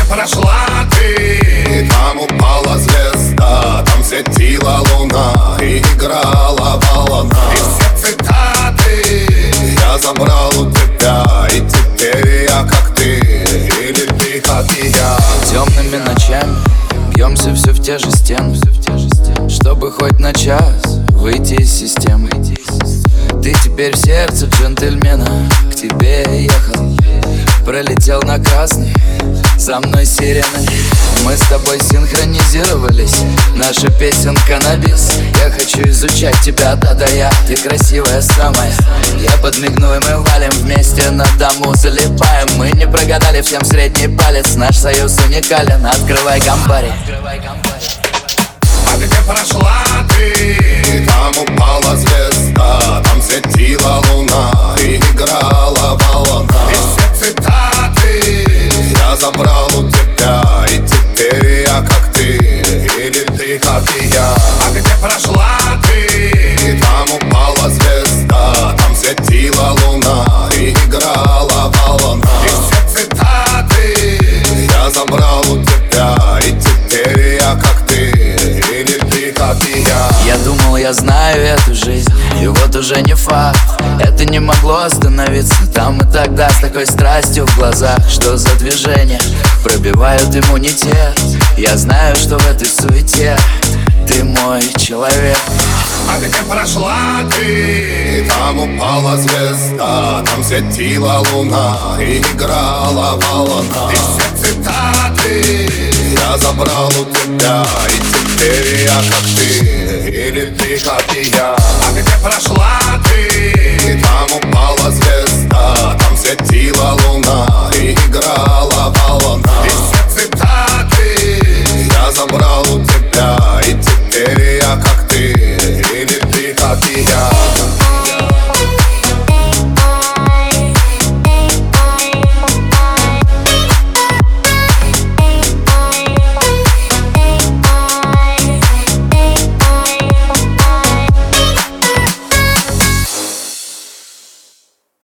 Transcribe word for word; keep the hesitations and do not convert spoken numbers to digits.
прошла ты? Там упала звезда, там светила луна и играла волна. И все цитаты я забрал у тебя, и теперь я как ты, или ты как и я. Темными ночами бьемся все в те же стены, чтобы хоть на час выйти из системы. Ты теперь в сердце джентльмена, к тебе я ехал, пролетел на красный, за мной сирены. Мы с тобой синхронизировались, наша песенка на бис. Я хочу изучать тебя, да-да я, ты красивая самая. Я подмигну и мы валим вместе, на дому залипаем. Мы не прогадали, всем средний палец, наш союз уникален. Открывай гамбари. А где прошла ты? Там упала звезда, там светила луна и играла волна. И все цитаты я забрал у тебя, и теперь я как ты, или ты как и я. А где прошла ты? Там упала звезда, там светила луна и играла волна. И все цитаты я забрал у тебя, и теперь я как ты, или ты как и я. Я думал, я знаю эту жизнь, и вот уже не факт. Это не могло остановиться там и тогда, с такой страстью в глазах. Что за движения пробивают иммунитет? Я знаю, что в этой суете ты мой человек. А где прошла ты? Там упала звезда, там светила луна и играла волна. И все цитаты я забрал у тебя, и теперь я как ты, или ты как и я. А где прошла ты? Там упала звезда, там светила луна